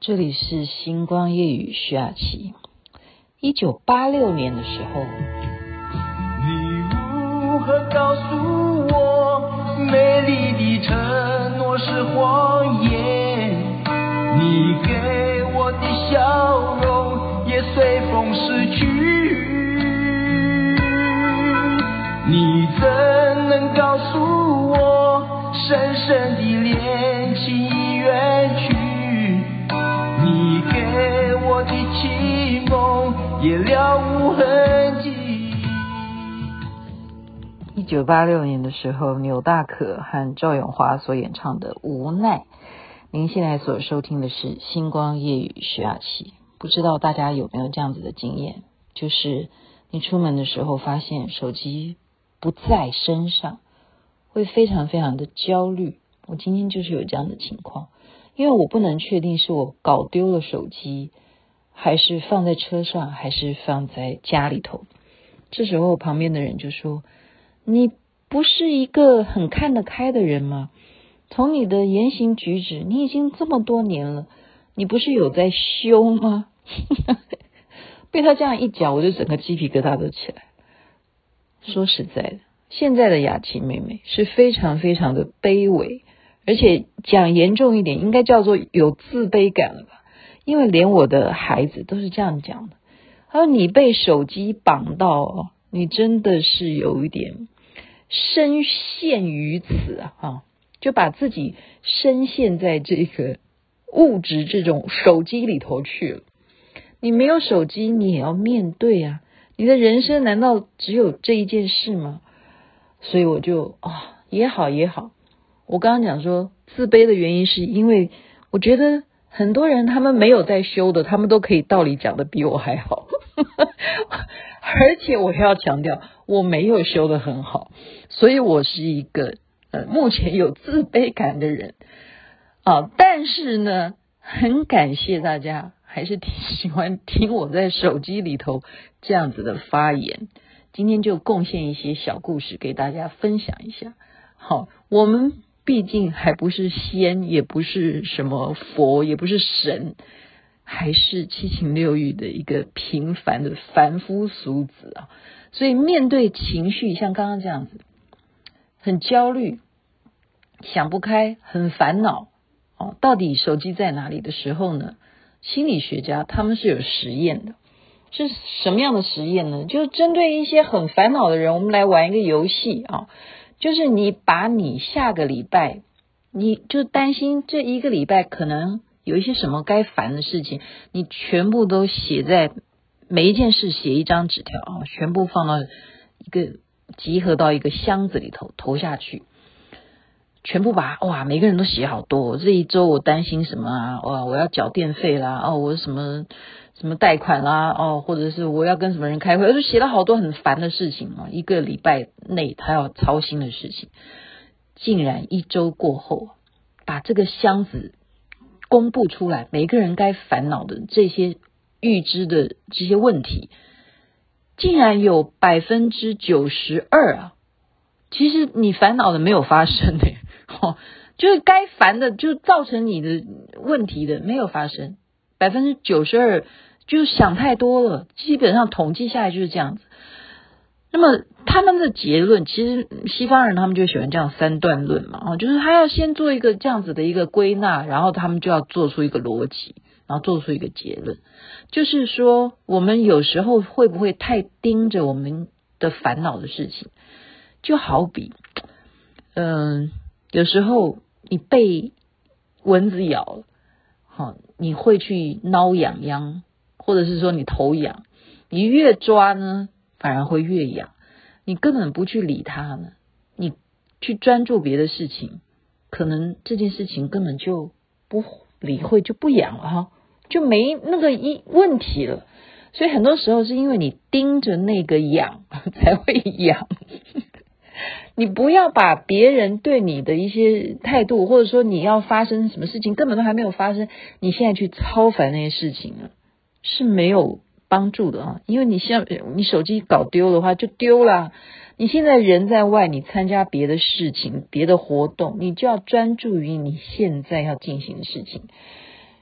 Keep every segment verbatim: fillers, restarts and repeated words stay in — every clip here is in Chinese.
这里是星光夜语徐雅琪。一九八六年的时候， 你如何告诉我美丽的承诺是谎言？你给我的笑容也随风逝去，你怎能告诉我深深的恋情已远去？你给我的情梦也了无痕迹。 一九八六年的时候，钮大可和赵咏华所演唱的《无奈》。您现在所收听的是星光夜语徐雅琪。不知道大家有没有这样子的经验，就是你出门的时候发现手机不在身上，会非常非常的焦虑。我今天就是有这样的情况，因为我不能确定是我搞丢了手机，还是放在车上，还是放在家里头。这时候旁边的人就说，你不是一个很看得开的人吗？从你的言行举止，你已经这么多年了，你不是有在修吗？被他这样一讲，我就整个鸡皮疙瘩都起来。说实在的，现在的雅琪妹妹是非常非常的卑微，而且讲严重一点，应该叫做有自卑感了吧？因为连我的孩子都是这样讲的。他说你被手机绑到，你真的是有一点深陷于此啊，就把自己深陷在这个物质这种手机里头去了。你没有手机，你也要面对啊，你的人生难道只有这一件事吗？所以我就啊，也好也好。我刚刚讲说自卑的原因是因为我觉得很多人他们没有在修的，他们都可以道理讲得比我还好。而且我要强调，我没有修得很好，所以我是一个呃目前有自卑感的人啊。但是呢，很感谢大家还是挺喜欢听我在手机里头这样子的发言。今天就贡献一些小故事给大家分享一下。好，我们毕竟还不是仙，也不是什么佛，也不是神，还是七情六欲的一个平凡的凡夫俗子啊。所以面对情绪，像刚刚这样子，很焦虑，想不开，很烦恼哦，到底手机在哪里的时候呢？心理学家他们是有实验的。是什么样的实验呢？就是针对一些很烦恼的人，我们来玩一个游戏啊，就是你把你下个礼拜，你就担心这一个礼拜可能有一些什么该烦的事情，你全部都写在每一件事写一张纸条啊，全部放到一个集合到一个箱子里头投下去。全部把哇，每个人都写好多。这一周我担心什么啊？哇，我要缴电费啦，哦，我什么什么贷款啦，哦，或者是我要跟什么人开会，就写了好多很烦的事情啊。一个礼拜内他要操心的事情，竟然一周过后，把这个箱子公布出来，每个人该烦恼的这些预知的这些问题，竟然有百分之九十二啊！其实你烦恼的没有发生的。哦，就是该烦的，就造成你的问题的没有发生，百分之九十二就想太多了，基本上统计下来就是这样子。那么他们的结论，其实西方人他们就喜欢这样三段论嘛，哦，就是他要先做一个这样子的一个归纳，然后他们就要做出一个逻辑，然后做出一个结论，就是说我们有时候会不会太盯着我们的烦恼的事情，就好比嗯。呃有时候你被蚊子咬了，好，你会去挠痒痒，或者是说你头痒，你越抓呢，反而会越痒。你根本不去理它呢，你去专注别的事情，可能这件事情根本就不理会，就不痒了哈，就没那个一问题了。所以很多时候是因为你盯着那个痒才会痒。你不要把别人对你的一些态度，或者说你要发生什么事情根本都还没有发生，你现在去操烦那些事情啊，是没有帮助的啊。因为你现在你手机搞丢的话就丢了，你现在人在外，你参加别的事情别的活动，你就要专注于你现在要进行的事情。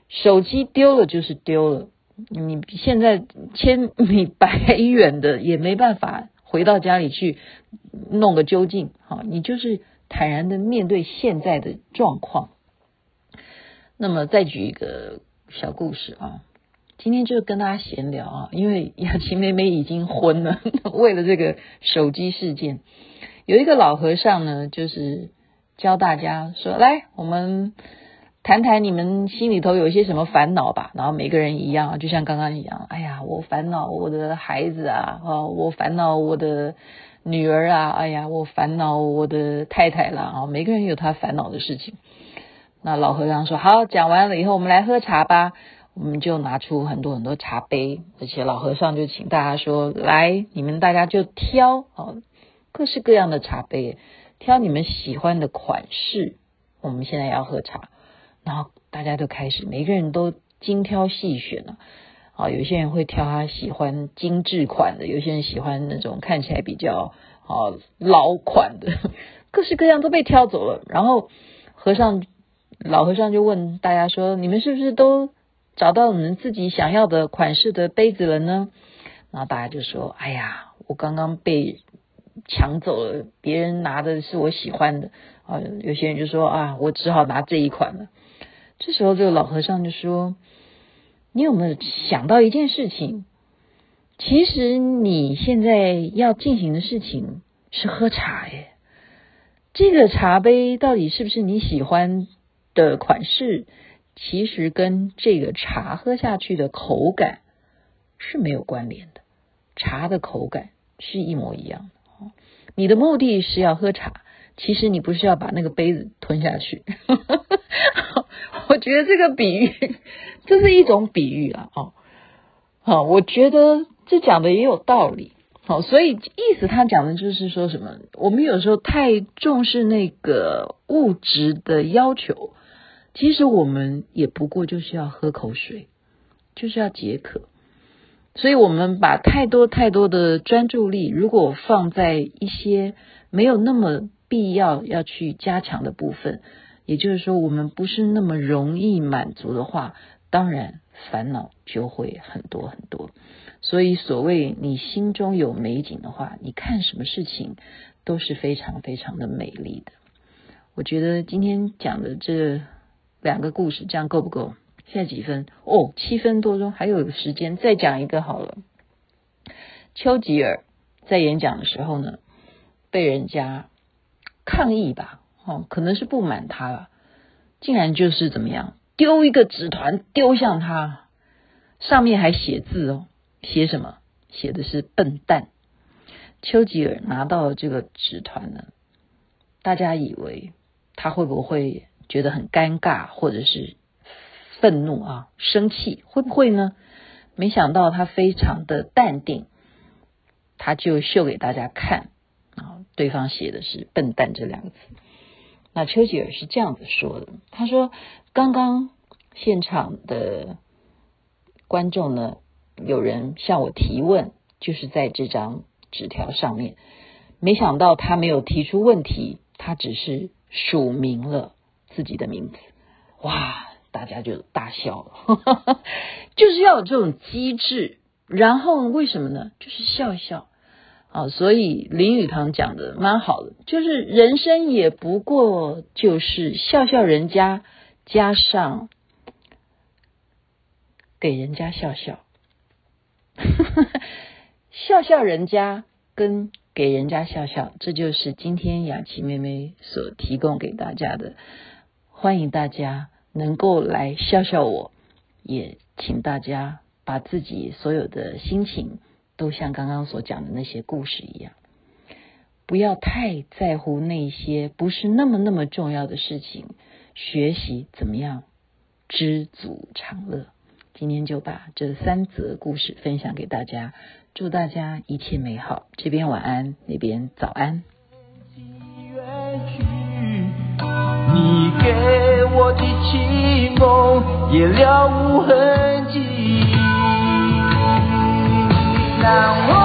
手机丢了就是丢了，你现在千米百远的也没办法回到家里去弄个究竟，好，你就是坦然的面对现在的状况。那么再举一个小故事啊，今天就跟大家闲聊啊，因为雅琪妹妹已经昏了，为了这个手机事件，有一个老和尚呢，就是教大家说，来，我们谈谈你们心里头有一些什么烦恼吧。然后每个人一样，就像刚刚一样，哎呀，我烦恼我的孩子啊，哦，我烦恼我的女儿啊，哎呀，我烦恼我的太太啦，啊，每个人有他烦恼的事情。那老和尚说，好，讲完了以后我们来喝茶吧。我们就拿出很多很多茶杯，而且老和尚就请大家说，来，你们大家就挑哦，各式各样的茶杯，挑你们喜欢的款式。我们现在要喝茶，然后大家都开始，每个人都精挑细选了。啊，有些人会挑他喜欢精致款的，有些人喜欢那种看起来比较啊老款的，各式各样都被挑走了。然后和尚老和尚就问大家说，你们是不是都找到你们自己想要的款式的杯子了呢？然后大家就说，哎呀，我刚刚被抢走了，别人拿的是我喜欢的啊。有些人就说啊，我只好拿这一款了。这时候这个老和尚就说，你有没有想到一件事情？其实你现在要进行的事情是喝茶耶。这个茶杯到底是不是你喜欢的款式，其实跟这个茶喝下去的口感是没有关联的，茶的口感是一模一样的。你的目的是要喝茶，其实你不是要把那个杯子吞下去。我觉得这个比喻，这是一种比喻啊。哦，好，我觉得这讲的也有道理。好，所以意思他讲的就是说什么，我们有时候太重视那个物质的要求，其实我们也不过就是要喝口水，就是要解渴。所以我们把太多太多的专注力如果放在一些没有那么必要要去加强的部分，也就是说我们不是那么容易满足的话，当然烦恼就会很多很多。所以所谓你心中有美景的话，你看什么事情都是非常非常的美丽的。我觉得今天讲的这两个故事，这样够不够？现在几分？哦，七分多钟，还有时间再讲一个好了。丘吉尔在演讲的时候呢，被人家抗议吧，哦，可能是不满他了，竟然就是怎么样，丢一个纸团丢向他，上面还写字哦，写什么？写的是笨蛋。丘吉尔拿到了这个纸团呢，大家以为他会不会觉得很尴尬，或者是愤怒啊，生气，会不会呢？没想到他非常的淡定，他就秀给大家看啊，对方写的是笨蛋这两个字。那丘吉尔是这样子说的，他说刚刚现场的观众呢，有人向我提问，就是在这张纸条上面，没想到他没有提出问题，他只是署名了自己的名字。哇，大家就大笑了。就是要有这种机智，然后为什么呢？就是笑一笑啊。所以林语堂讲的蛮好的，就是人生也不过就是笑笑人家，加上给人家笑笑。笑笑人家跟给人家笑笑，这就是今天雅琪妹妹所提供给大家的。欢迎大家能够来笑笑我，也请大家把自己所有的心情都像刚刚所讲的那些故事一样，不要太在乎那些不是那么那么重要的事情，学习怎么样知足常乐。今天就把这三则故事分享给大家，祝大家一切美好，这边晚安，那边早安。 你给我的情梦也了无痕迹，让我